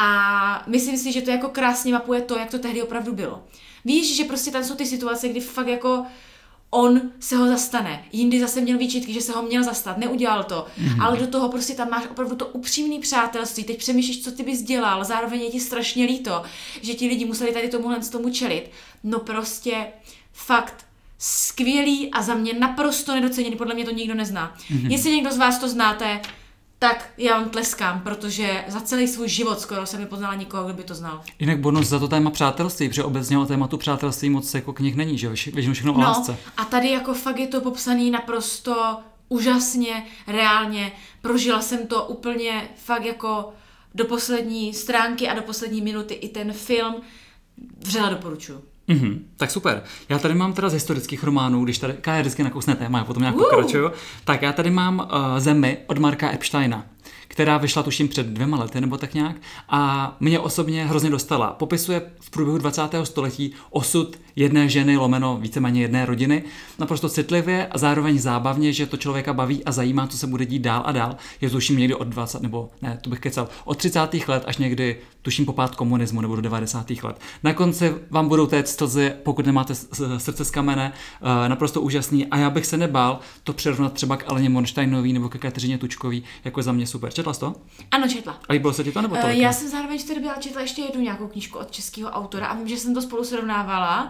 a myslím si, že to jako krásně mapuje to, jak to tehdy opravdu bylo. Víš, že prostě tam jsou ty situace, kdy fakt jako on se ho zastane, jindy zase měl výčitky, že se ho měl zastat, neudělal to, mm-hmm. ale do toho prostě tam máš opravdu to upřímný přátelství, teď přemýšlíš, co ty bys dělal, zároveň je ti strašně líto, že ti lidi museli tady tomuhle z tomu čelit. No prostě fakt skvělý a za mě naprosto nedoceněný, podle mě to nikdo nezná. Mm-hmm. Jestli někdo z vás to znáte, tak já vám tleskám, protože za celý svůj život skoro jsem nepoznala nikoho, kdo by to znal. Jinak bonus za to téma přátelství, protože obecně o tématu přátelství moc jako knih není, že většinou všechno o no, lásce. A tady jako fakt je to popsaný naprosto úžasně, reálně. Prožila jsem to úplně fakt jako do poslední stránky a do poslední minuty i ten film. Vřele doporučuji. Mm-hmm, tak super. Já tady mám teda z historických románů, když tady Kája vždycky nakousne téma, já potom nějak uh. pokračuju, tak já tady mám uh, Zemi od Marka Epsteina, která vyšla tuším před dvěma lety nebo tak nějak a mě osobně hrozně dostala. Popisuje v průběhu dvacátého století osud jedné ženy lomeno víceméně jedné rodiny naprosto citlivě a zároveň zábavně, že to člověka baví a zajímá, co se bude dít dál a dál. Je to tuším někdy od dvacátých nebo ne, to bych kecal, od třicátých let až někdy tuším po pád komunismu nebo do devadesátých let. Na konci vám budou téct slzy, pokud nemáte srdce z kamene, naprosto úžasný a já bych se nebál to přirovnat třeba k Aleně Monštejnový nebo ke Kateřině Tučkový, jako za mě super. Četla jsi to? Ano, četla. A líbilo se ti to nebo tolik? Já jsem zároveň v té době četla ještě jednu nějakou knížku od českého autora a vím, že jsem to spolu srovnávala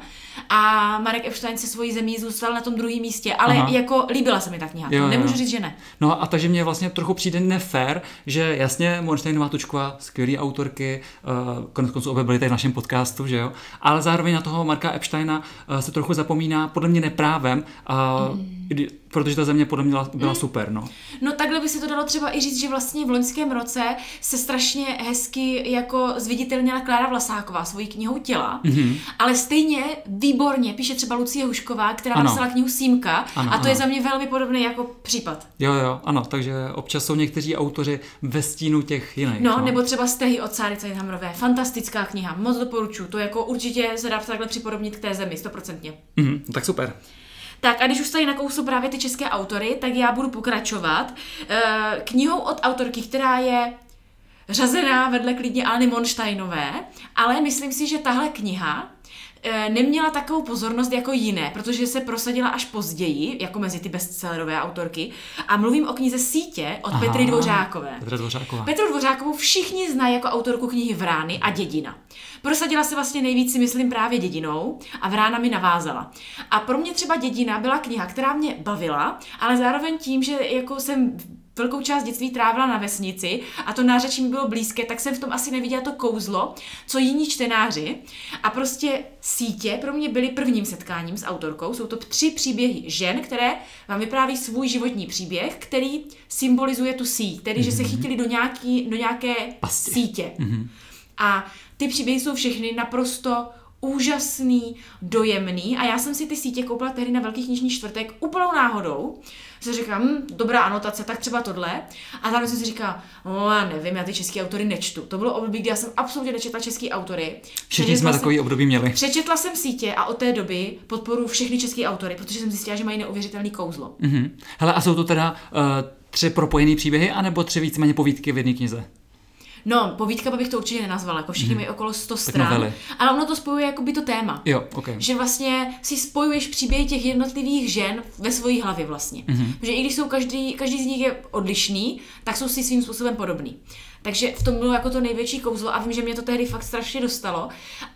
a Marek Epstein se svojí zemí zůstal na tom druhém místě, ale Aha. jako líbila se mi ta kniha, jo, nemůžu jo. říct, že ne. No a takže mě vlastně trochu přijde nefér, že jasně Monštejnová, Tučková, skvělý autorky, uh, konec konců obě byly tady v našem podcastu, že jo, ale zároveň na toho Marka Epsteina uh, se trochu zapomíná, podle mě neprávem, uh, mm. kdy, protože ta země podle mě byla mm. super, no. No takhle by se to dalo třeba i říct, že vlastně v loňském roce se strašně hezky jako zviditelnila Klára Vlasáková svojí knihou Těla, mm-hmm. ale stejně výborně píše třeba Lucie Hušková, která ano. napsala knihu Símka ano, a to ano. je za mě velmi podobný jako případ. Jo, jo, ano, takže občas jsou někteří autoři ve stínu těch jiných. No, no. nebo třeba Stehy od Sáry Cajthamrové, fantastická kniha, moc doporučuji, to jako určitě se dá takhle připodobnit k té zemi, stoprocentně. Mm-hmm, tak super. Tak a když už tady nakousnu právě ty české autory, tak já budu pokračovat e, knihou od autorky, která je řazená vedle klidně Aleny Monštejnové, ale myslím si, že tahle kniha e, neměla takovou pozornost jako jiné, protože se prosadila až později, jako mezi ty bestsellerové autorky. A mluvím o knize Sítě od Aha, Petry Dvořákové. Petra Dvořáková. Petru Dvořákovou všichni znají jako autorku knihy Vrány a Dědina. Prosadila se vlastně nejvíc, si myslím, právě Dědinou a Vrána mi navázala. A pro mě třeba Dědina byla kniha, která mě bavila, ale zároveň tím, že jako jsem velkou část dětství trávila na vesnici a to nářečí mi bylo blízké, tak jsem v tom asi neviděla to kouzlo, co jiní čtenáři. A prostě Sítě pro mě byly prvním setkáním s autorkou. Jsou to tři příběhy žen, které vám vypráví svůj životní příběh, který symbolizuje tu síť, tedy mm-hmm. že se chytili do, nějaký, do nějaké Pasti. sítě. Mm-hmm. A ty příběhy jsou všechny naprosto úžasný, dojemný a já jsem si ty sítě koupila tehdy na Velký knižní čtvrtek úplnou náhodou. Se říkám, hm, dobrá anotace, tak třeba tohle. A zároveň jsem si říkala, no já nevím, já ty český autory nečtu. To bylo období, kdy já jsem absolutně nečetla český autory. Všichni jsme takový období měli. Přečetla jsem sítě a od té doby podporuji všechny český autory, protože jsem zjistila, že mají neuvěřitelný kouzlo. Mm-hmm. Hele, a jsou to teda uh, tři propojené příběhy, anebo tři víceméně povídky v jedné knize? No, povídka bych to určitě nenazvala, jako všichni mají okolo sto stran, novely. Ale ono to spojuje jakoby to téma. Jo, okay. Že vlastně si spojuješ příběhy těch jednotlivých žen ve své hlavě vlastně. Mm-hmm. Protože i když jsou každý, každý z nich je odlišný, tak jsou si svým způsobem podobný. Takže v tom bylo jako to největší kouzlo a vím, že mě to tehdy fakt strašně dostalo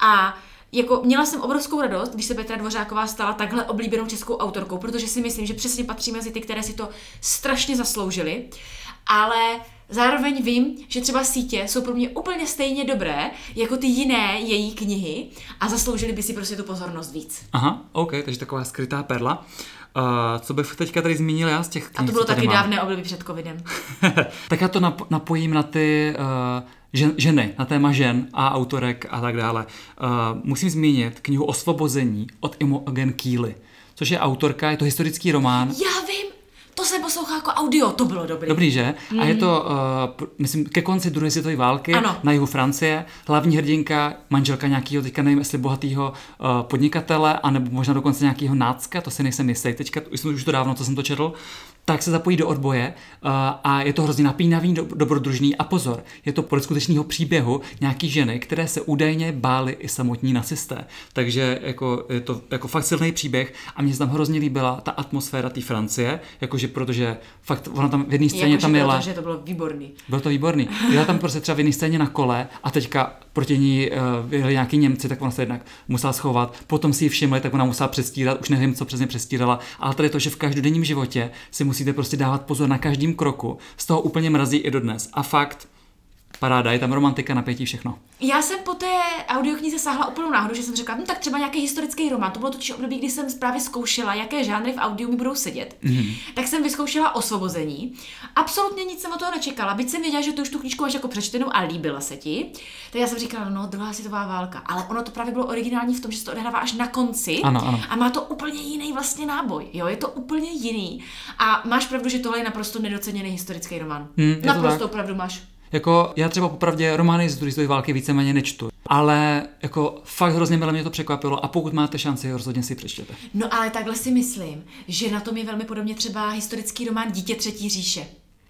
a jako měla jsem obrovskou radost, když se Petra Dvořáková stala takhle oblíbenou českou autorkou, protože si myslím, že přesně patří mezi ty, které si to strašně zasloužily, ale zároveň vím, že třeba sítě jsou pro mě úplně stejně dobré, jako ty jiné její knihy a zasloužily by si prostě tu pozornost víc. Aha, ok, takže taková skrytá perla. Uh, co bych teďka tady zmínil já z těch knih, a to bylo taky mám. dávné období před covidem. Tak já to nap- napojím na ty uh, žen- ženy, na téma žen a autorek a tak dále. Uh, musím zmínit knihu Osvobození od Imogen Keeley, což je autorka, je to historický román. Já vím! To jsem poslouchala jako audio, to bylo dobrý. Dobrý, že? Mm. A je to, uh, myslím, ke konci druhé světové války ano. na jihu Francie. Hlavní hrdinka, manželka nějakého, teďka nevím, jestli bohatého uh, podnikatele, anebo možná dokonce nějakého nácka, to si nejsem jistý. Teďka, už to dávno, co jsem to četl, tak se zapojí do odboje uh, a je to hrozně napínavý, do, dobrodružný a pozor, je to podle skutečného příběhu nějaký ženy, které se údajně bály i samotní nacisté. Takže jako, je to jako fakt silný příběh a mně se tam hrozně líbila ta atmosféra té Francie, jakože protože fakt ona tam v jedné scéně jako, tam jela. Protože to bylo výborný. Bylo to výborný. Jela tam prostě třeba v jedné scéně na kole a teďka proti ní uh, jeli nějaký Němci, tak ona se jednak musela schovat, potom si ji všimli, tak ona musela přestírat, už nevím, co přesně přestírala, ale tady to, že v každodenním životě si musíte prostě dávat pozor na každém kroku, z toho úplně mrazí i dodnes. A fakt, paráda, je tam romantika, napětí, všechno. Já jsem po té audioknize sáhla úplnou náhodu, že jsem řekla, no tak třeba nějaký historický román. To bylo totiž období, kdy jsem právě zkoušela, jaké žánry v audiu mi budou sedět. Mm-hmm. Tak jsem vyzkoušela Osvobození. Absolutně nic jsem od toho nečekala, byť jsem věděla, že tu už tu knížku máš jako přečtenou a líbila se ti. Tak já jsem říkala, no, druhá světová válka. Ale ono to právě bylo originální v tom, že se to odehrává až na konci. Ano, ano. A má to úplně jiný vlastně náboj. Jo, je to úplně jiný. A máš pravdu, že tohle je naprosto nedoceněný historický román. Mm, naprosto pravdu máš. Jako já třeba popravdě romány z druhé světové války víceméně nečtu, ale jako fakt hrozně milé mě to překvapilo a pokud máte šanci, rozhodně si přečtěte. No ale takhle si myslím, že na tom je velmi podobně třeba historický román Dítě třetí říše.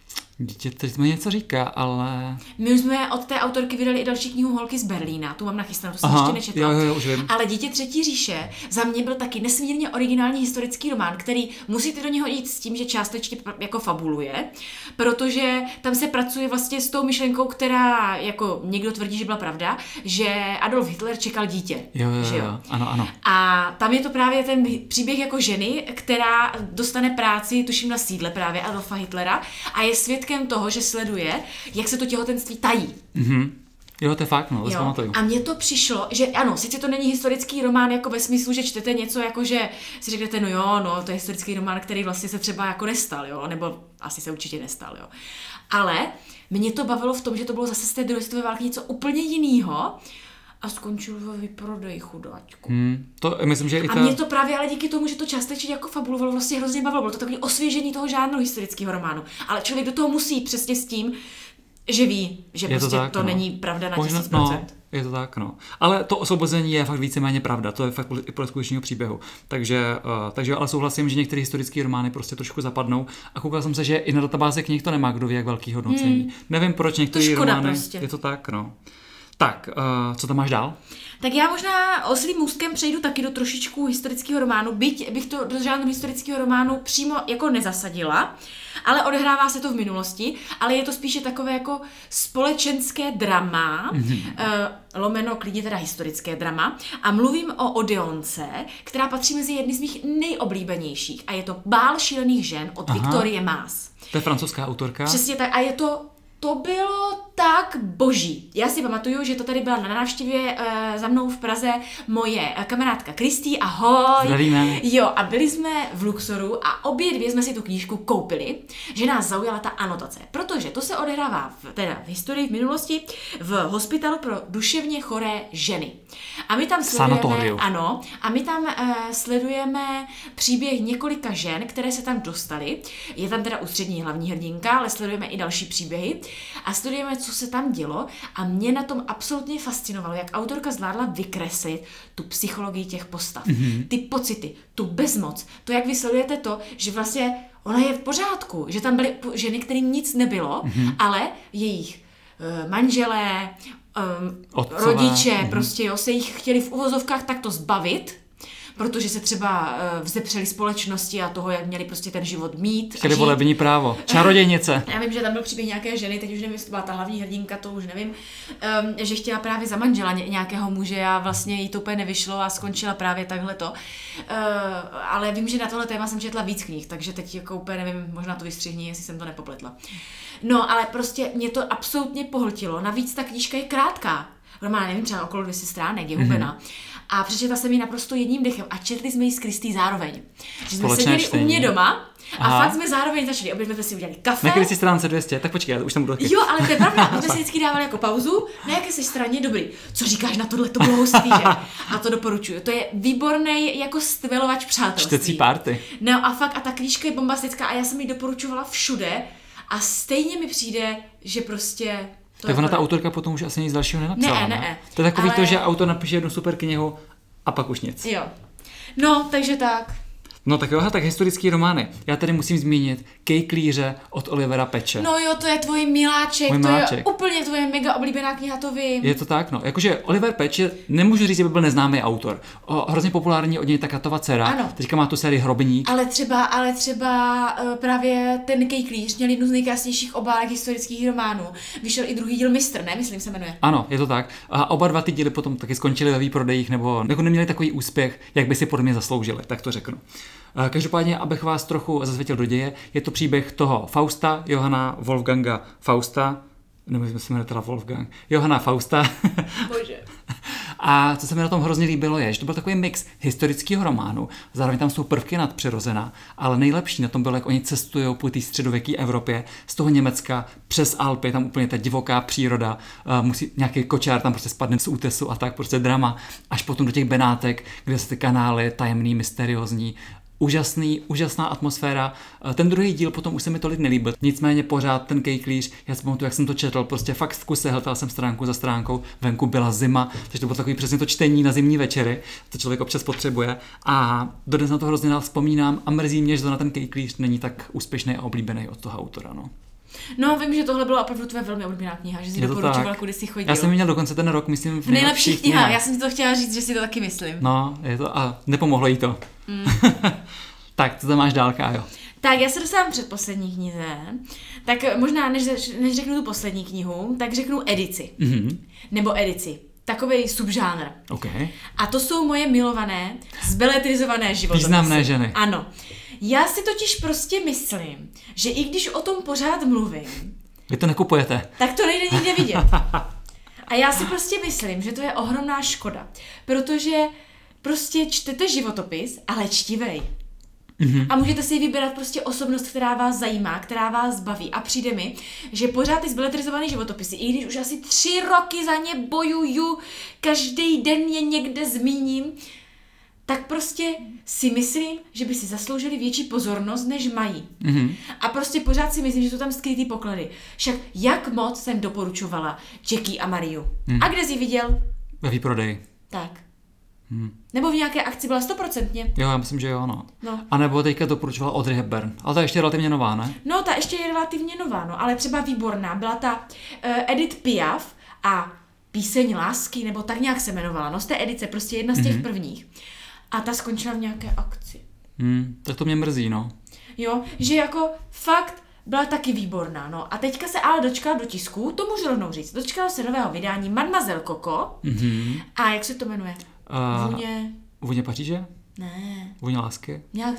Dítě, teď mi něco říká, ale... My už jsme od té autorky vydali i další knihu Holky z Berlína, tu mám nachystanou, to jsem Aha, ještě nečetla. Jo, jo, už vím. Ale Dítě třetí říše za mě byl taky nesmírně originální historický román, který musíte do něho jít s tím, že částečně jako fabuluje, protože tam se pracuje vlastně s tou myšlenkou, která jako někdo tvrdí, že byla pravda, že Adolf Hitler čekal dítě. Jo, jo, že jo? jo, ano, ano. A tam je to právě ten příběh jako ženy, která dostane práci, tuším na sídle právě Adolfa Hitlera a je svědkem toho, že sleduje, jak se to těhotenství tají. Mhm. Jo, to je fakt, no, to jo. A mně to přišlo, že ano, sice to není historický román jako ve smyslu, že čtete něco jako, že si řeknete, no jo, no, to je historický román, který vlastně se třeba jako nestal, jo, nebo asi se určitě nestal, jo. Ale mě to bavilo v tom, že to bylo zase z té druhé světové války něco úplně jinýho, a skončil ve výprodeji, chudáčku. Hmm, to myslím, že i ta... A mě to právě ale díky tomu, že to částečně jako fabulovalo, vlastně hrozně bavilo. Bylo to takové osvěžení toho žánru historického románu. Ale člověk do toho musí přesně s tím, že ví, že je prostě to, tak, to no. není pravda na Možná, tisíc procent. No, je to tak, no. Ale to Osvobození je fakt víceméně pravda, to je fakt i podle skutečného příběhu. Takže, uh, takže ale souhlasím, že některé historické romány prostě trošku zapadnou a koukal jsem se, že i na databáze knih to nemá kdo ví jak velký hodnocení. Hmm. Nevím, proč některé romány, prostě. Je to tak, no. Tak, uh, co tam máš dál? Tak já možná oslím můstkem přejdu taky do trošičku historického románu, byť bych to do žádného historického románu přímo jako nezasadila, ale odehrává se to v minulosti, ale je to spíše takové jako společenské drama, mm-hmm. uh, lomeno klidně teda historické drama a mluvím o Odeonce, která patří mezi jedny z mých nejoblíbenějších a je to Bál šílených žen od Aha. Victorie Maas. To je francouzská autorka. Přesně tak a je to To bylo tak boží. Já si pamatuju, že to tady byla na návštěvě uh, za mnou v Praze moje uh, kamarádka Kristý, ahoj. Zdravíme. Jo, a byli jsme v Luxoru a obě dvě jsme si tu knížku koupili, že nás zaujala ta anotace, protože to se odehrává v, teda v historii, v minulosti, v hospitalu pro duševně choré ženy. A my tam sledujeme, Sanatorium. ano, a my tam uh, sledujeme příběh několika žen, které se tam dostaly. Je tam teda ústřední hlavní hrdinka, ale sledujeme i další příběhy a sledujeme, co se tam dělo, a mě na tom absolutně fascinovalo, jak autorka zvládla vykreslit tu psychologii těch postav. Mm-hmm. Ty pocity, tu bezmoc, to, jak vy sledujete to, že vlastně ona je v pořádku, že tam byly ženy, kterým nic nebylo, mm-hmm. ale jejich uh, manželé, um, rodiče, mm-hmm. prostě jo, se jich chtěli v uvozovkách takto zbavit, protože se třeba uh, vzepřeli společnosti a toho, jak měli prostě ten život mít. Chtěli volební právo. Čarodějnice. Já vím, že tam byl příběh nějaké ženy, teď už nevím, jestli to byla ta hlavní hrdinka, to už nevím, um, že chtěla právě za manžela nějakého muže a vlastně jí to úplně nevyšlo a skončila právě takhle to. Uh, ale vím, že na tohle téma jsem četla víc knih, takže teď jako úplně nevím, možná to vystřihni, jestli jsem to nepopletla. No, ale prostě mě to absolutně pohltilo. Navíc ta knížka je krátká. Normálně, nevím, třeba okolo dvě stě stránek, je hubená. Mm-hmm. A přečetla jsem ji naprosto jedním dechem a četli jsme ji s Kristý zároveň. Že jsme Společné seděli čtení. u mě doma a Aha. fakt jsme zároveň začali. Obě jsme si udělali kafe. Na Kristý stránce dvě stě, tak počkej, já už tam budu taky. Jo, ale to je pravda, my jsme si vždycky dávali jako pauzu, na jaké jsi straně, dobrý. Co říkáš na tohle, to bylo hustý, že? A to doporučuju. To je výborný jako stvelovač přátelství. Čtecí party. No a fakt, a ta knížka je bombastická a já jsem ji doporučovala všude a stejně mi přijde, že prostě... To tak ona to... ta autorka potom už asi nic dalšího nenapsala. Ne, ne, ne. To je takový ale... to, že autor napíše jednu super knihu a pak už nic. Jo. No, takže tak. No tak jo, tak historický romány. Já tady musím zmínit Kejklíře od Olivera Peče. No jo, to je tvůj miláček, Můj to miláček. je úplně tvoje mega oblíbená kniha, to vím. Je to tak, no. Jakože Oliver Peče, nemůžu říct, že by byl neznámý autor. O, hrozně populární od něj ta Katova dcera. Ano. Teďka má tu sérii Hrobník. Ale třeba, ale třeba uh, právě ten Kejklíř měl jednu z nejkrásnějších obálek historických románů. Vyšel i druhý díl Mistr, ne? Myslím se jmenuje. Ano, je to tak. A oba dva ty díly potom taky skončily ve výprodejích, nebo jako neměli takový úspěch, jak by si podle mě zasloužili, tak to řeknu. Každopádně, abych vás trochu zasvětil do děje, je to příběh toho Fausta, Johana Wolfganga Fausta, nebo jsme se jmenuje teda Wolfgang, Johana Fausta. Bože. A co se mi na tom hrozně líbilo je, že to byl takový mix historického románu, zároveň tam jsou prvky nadpřirozená, ale nejlepší na tom bylo, jak oni cestují po té středověké Evropě, z toho Německa přes Alpy, tam úplně ta divoká příroda, uh, musí nějaký kočár tam prostě spadne z útesu a tak, prostě drama, až potom do těch Benátek, kde jsou ty kanály tajemný, mysteriózní. Úžasný, úžasná atmosféra. Ten druhý díl potom už se mi tolik nelíbil. Nicméně pořád ten Kejklíř, já si pamatuju, jak jsem to četl, prostě fakt v kuse, hltal jsem stránku za stránkou, venku byla zima, takže to bylo takový přesně to čtení na zimní večery, to člověk občas potřebuje. A dodnes na to hrozně rád vzpomínám a mrzí mě, že to na ten Kejklíř není tak úspěšný a oblíbený od toho autora. No. No, vím, že tohle byla opravdu tvoje velmi oblíbená kniha, že jsi doporučovala, kudy jsi chodil. Já jsem ji měl dokonce ten rok, myslím, v nejlepších knihách. Já jsem ti to chtěla říct, že si to taky myslím. No, je to a nepomohlo jí to. Mm. Tak, co tam máš dál, Kájo? Tak, já se dostávám před poslední knize. Tak možná, než, než řeknu tu poslední knihu, tak řeknu edici. Mm-hmm. Nebo edici. Takovej subžánr. Okay. A to jsou moje milované, zbeletrizované životopisy. Významné ženy. Ano. Já si totiž prostě myslím, že i když o tom pořád mluvím... Vy to nekupujete. Tak to nejde nikde vidět. A já si prostě myslím, že to je ohromná škoda. Protože prostě čtete životopis, ale čtivej. Mm-hmm. A můžete si vybírat prostě osobnost, která vás zajímá, která vás baví. A přijde mi, že pořád ty zbeletrizované životopisy, i když už asi tři roky za ně bojuju, každý den je někde zmíním, tak prostě si myslím, že by si zasloužili větší pozornost, než mají. Mm-hmm. A prostě pořád si myslím, že jsou tam skrytý poklady. Však jak moc jsem doporučovala Jackie a Mariu. Mm. A kde jsi viděl? Ve výprodeji. Tak. Hmm. Nebo v nějaké akci byla stoprocentně. Jo, já myslím, že jo, no. no. A nebo teďka doporučovala Audrey Hepburn. Ale ta je ještě relativně nová, ne? No, ta ještě je relativně nová, no, ale třeba výborná. Byla ta uh, Edith Piaf a Píseň lásky, nebo tak nějak se jmenovala. No, z té edice, prostě jedna z těch mm-hmm. prvních. A ta skončila v nějaké akci. Hmm, tak to mě mrzí, no. Jo, že jako fakt byla taky výborná, no. A teďka se ale dočkala do tisku, to můžu rovnou říct, dočkala se nového vydání Mademoiselle Coco. Mm-hmm. A jak se to jmenuje? Uh, Vůně... Vůně Paříže? Ne. Vůně lásky? Nějak tak.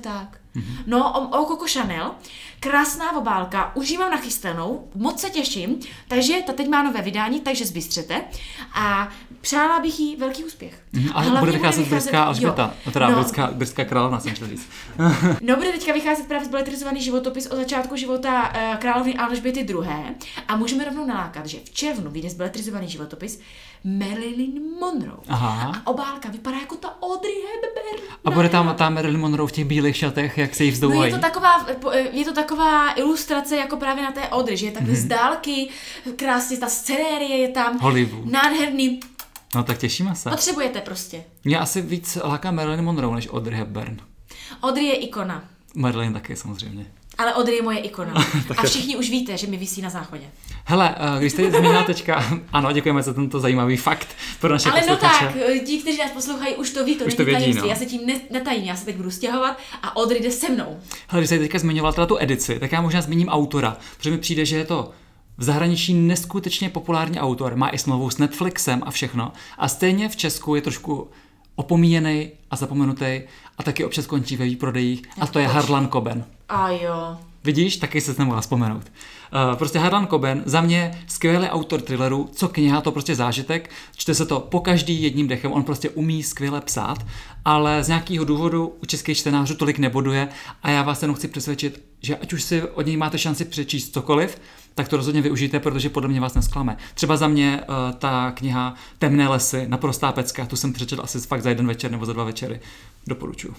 Mm-hmm. No, o, o Coco Chanel, krásná obálka, už ji mám nachystanou, moc se těším, takže ta teď má nové vydání, takže zbystřete a přála bych jí velký úspěch. Mm-hmm. Ale bude vycházet britská Alžběta, teda no. britská, britská královna, jsem chtěl říct. No, bude teďka vycházet právě zbeletrizovaný životopis o začátku života uh, královny Alžběty druhé. A můžeme rovnou nalákat, že v červnu vyjde zbeletrizovaný životopis Marilyn Monroe. Aha. A obálka vypadá jako ta Audrey Hepburn. A bude tam ta Marilyn Monroe v těch bílých šatech, jak se jí vzdouvají. No je to taková, je to taková ilustrace jako právě na té Audrey, že je takhle mm-hmm. z dálky, krásně ta scenérie je tam. Hollywood. Nádherný. No tak těšíme se. Potřebujete prostě. Mě asi víc láká Marilyn Monroe než Audrey Hepburn. Audrey je ikona. Marilyn taky samozřejmě. Ale Audrey je moje ikona. A všichni už víte, že mi visí na záchodě. Hele, když jste zmínila teďka, ano, děkujeme za tento zajímavý fakt pro naše Ale posluchače. no tak, ti, kteří nás poslouchají, už to ví, to už není to vědí, tajemství. no. Já se tím ne- netajím, já se teď budu stěhovat a Audrey jde se mnou. Hele, když jste teďka zmiňovala teda tu edici, tak já možná zmíním autora, protože mi přijde, že je to v zahraničí neskutečně populární autor, má i smlouvu s Netflixem a všechno. A stejně v Česku je trošku opomíjený a zapomenutý a taky občas končí ve výprodejích. A to je Harlan Coben. A jo. Vidíš, taky se nemohla vzpomenout. Uh, prostě Harlan Coben, za mě skvělý autor thrilleru, co kniha, to prostě zážitek, čte se to po každý jedním dechem, on prostě umí skvěle psát, ale z nějakého důvodu u českých čtenářů tolik neboduje a já vás jenom chci přesvědčit, že ať už si od něj máte šanci přečíst cokoliv, tak to rozhodně využijte, protože podle mě vás nesklame. Třeba za mě uh, ta kniha Temné lesy, naprostá pecka, tu jsem přečetl asi fakt za jeden večer nebo za dva večery. Doporučuji.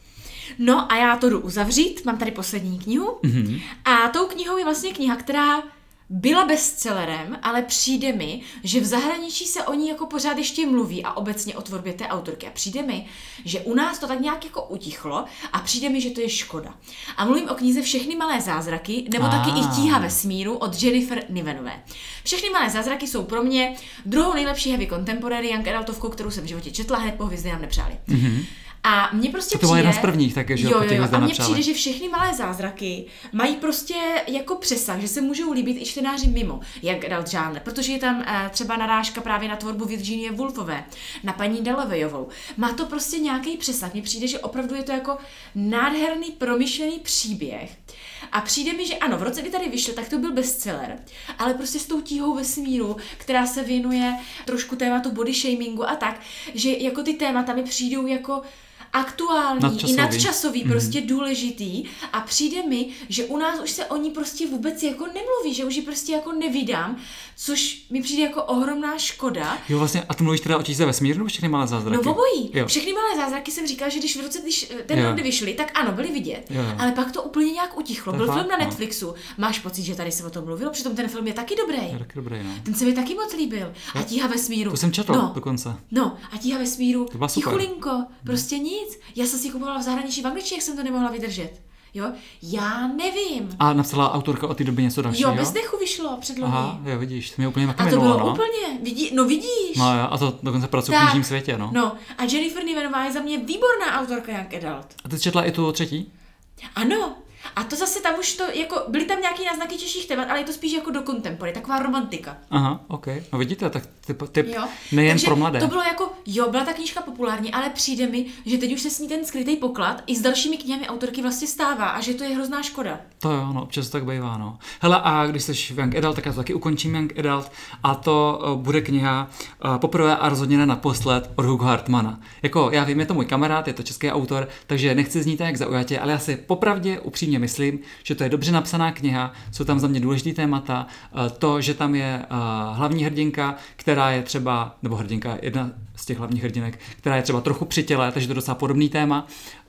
No a já to jdu uzavřít, mám tady poslední knihu mm-hmm. a tou knihou je vlastně kniha, která byla bestsellerem, ale přijde mi, že v zahraničí se o ní jako pořád ještě mluví a obecně o tvorbě té autorky. A přijde mi, že u nás to tak nějak jako utichlo a přijde mi, že to je škoda. A mluvím o knize Všechny malé zázraky, nebo taky i Tíha vesmíru od Jennifer Nivenové. Všechny malé zázraky jsou pro mě druhou nejlepší heavy contemporary young adultovkou, kterou jsem v životě četla, hned po Hvězdy nám nepřáli. Mm-hmm. A mně prostě to byla přijde... jedna z prvních, takže jo, jo, jo. A mně napřáli. přijde, že všechny malé zázraky mají prostě jako přesah, že se můžou líbit i čtenáři mimo, jak adult žánr, protože je tam uh, třeba narážka právě na tvorbu Virginie Woolfové, na paní Dallowayovou. Má to prostě nějaký přesah. Mně přijde, že opravdu je to jako nádherný, promyšlený příběh. A přijde mi, že ano, v roce, kdy tady vyšel, tak to byl bestseller, ale prostě s tou Tíhou vesmíru, která se věnuje trošku tématu body shamingu a tak, že jako ty témata mi přijdou jako aktuální, nadčasový. i nadčasový, mm-hmm. prostě důležitý a přijde mi, že u nás už se o ní prostě vůbec jako nemluví, že už ji prostě jako nevídám, což mi přijde jako ohromná škoda. Jo, vlastně, a ty mluvíš teda o Tíze vesmíru nebo Všechny malé zázraky? No obojí. Jo. Všechny malé zázraky jsem říkal, že když v roce, když ten rok, kdy vyšly, tak ano, byly vidět, jo, jo. ale pak to úplně nějak utichlo. To Byl fakt, film na Netflixu. No. Máš pocit, že tady se o tom mluvilo, přitom ten film je taky dobrý. Je taky dobrý, no. Ten se mi taky moc líbil. A Tíha vesmíru. To jsem četl no. dokonce. No, a Tíha vesmíru. To byla super. Tichulinko, prostě nic. Já jsem si kupovala v zahraničí v angličtině, jak jsem to nemohla vydržet. Jo? Já nevím. A napsala autorka o té době něco dalšího? Jo, Bez dechu vyšlo předlohy. Aha, jo, vidíš, to mě úplně taky A to minulo, bylo no. úplně, vidí, no vidíš. No jo, a to dokonce pracuje v knižním světě, no. No, a Jennifer Nivenová je za mě výborná autorka young adult. A ty jsi četla i tu třetí? Ano. A to zase tam už to, jako, byly tam nějaký náznaky těžších témat, ale je to spíš jako do contemporary, taková romantika. Aha, ok. No vidíte, tak typ, typ jo. nejen Takže pro mladé. To bylo jako, jo, byla ta knížka populární, ale přijde mi, že teď už se s ní ten skrytý poklad i s dalšími knihami autorky vlastně stává a že to je hrozná škoda. To jo, no, občas to tak bývá, no. Hele, a když jsi v young adult, tak já to taky ukončím young adult a to uh, bude kniha uh, poprvé a rozhodně ne naposled od Hugo Hartmana. Jako, já vím, je to můj kamarád, je to český autor, takže nechci znít jak zaujatě, ale já si popravdě upřímně myslím, že to je dobře napsaná kniha, jsou tam za mě důležitý témata, to, že tam je hlavní hrdinka, která je třeba, nebo hrdinka, jedna z těch hlavních hrdinek, která je třeba trochu při těle, takže to je docela podobný téma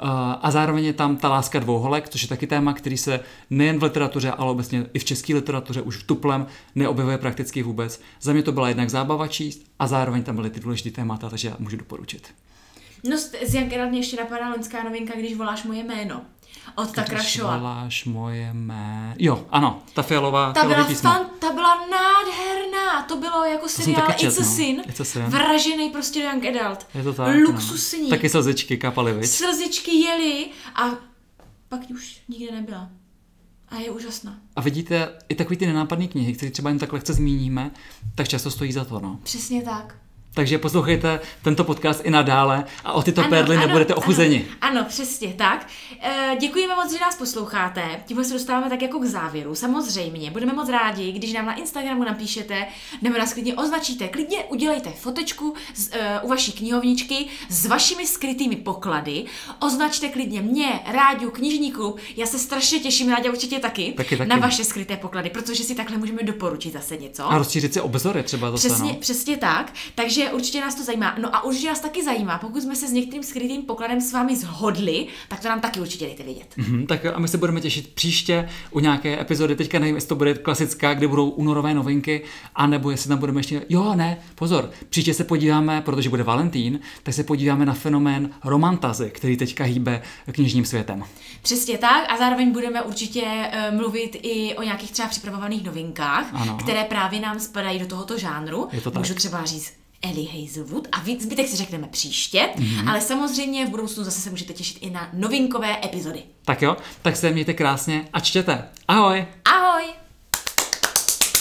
a zároveň je tam ta láska dvou holek, což je taky téma, který se nejen v literatuře, ale obecně i v české literatuře už v tuplem neobjevuje prakticky vůbec. Za mě to byla jednak zábava číst a zároveň tam byly ty důležitý témata, takže já můžu doporučit. No z young adult mě ještě napadá loňská novinka, Když voláš moje jméno. Od Takra Shoa. Voláš moje jméno. Jo, ano, ta fialová, ta byla písmo. fan, ta byla nádherná. To bylo jako seriál It's a Sin. It's a Sin. Vražený prostě do young adult. Je to tak, luxusní. No. Taky slzičky kapaly, viď? Slzičky jeli a pak už nikde nebyla. A je úžasná. A vidíte, i takový ty nenápadné knihy, které třeba jen tak lehce zmíníme, tak často stojí za to, no. Přesně tak. Takže poslouchejte tento podcast i nadále a o tyto ano, perly ano, nebudete ochuzeni. Ano, ano, přesně tak. E, děkujeme moc, že nás posloucháte. Tímhle se dostáváme tak jako k závěru. Samozřejmě, budeme moc rádi, když nám na Instagramu napíšete, nebo nás klidně označíte. Klidně udělejte fotečku z, e, u vaší knihovničky s vašimi skrytými poklady. Označte klidně mě, Ráďu, Knižní klub. Já se strašně těším, Ráďa určitě taky, taky, taky, na vaše skryté poklady, protože si takhle můžeme doporučit zase něco. A rozšířit si obzory třeba zase, Přesně, no. přesně tak. Takže určitě nás to zajímá. No a určitě nás taky zajímá, pokud jsme se s některým skrytým pokladem s vámi shodli, tak to nám taky určitě dejte vědět. Mm-hmm, tak a my se budeme těšit příště u nějaké epizody. Teďka nevím, jestli to bude klasická, kde budou únorové novinky, anebo jestli tam budeme ještě... Jo, ne, pozor, příště se podíváme, protože bude Valentín, tak se podíváme na fenomén romantazy, který teďka hýbe knižním světem. Přesně tak a zároveň budeme určitě uh, mluvit i o nějakých třeba připravovaných novinkách, ano. které právě nám spadají do tohoto žánru. Je to tak. Můžu třeba říct Ellie Hazelwood a víc zbytek si řekneme příště, mm-hmm. ale samozřejmě v budoucnu zase se můžete těšit i na novinkové epizody. Tak jo, tak se mějte krásně a čtěte. Ahoj!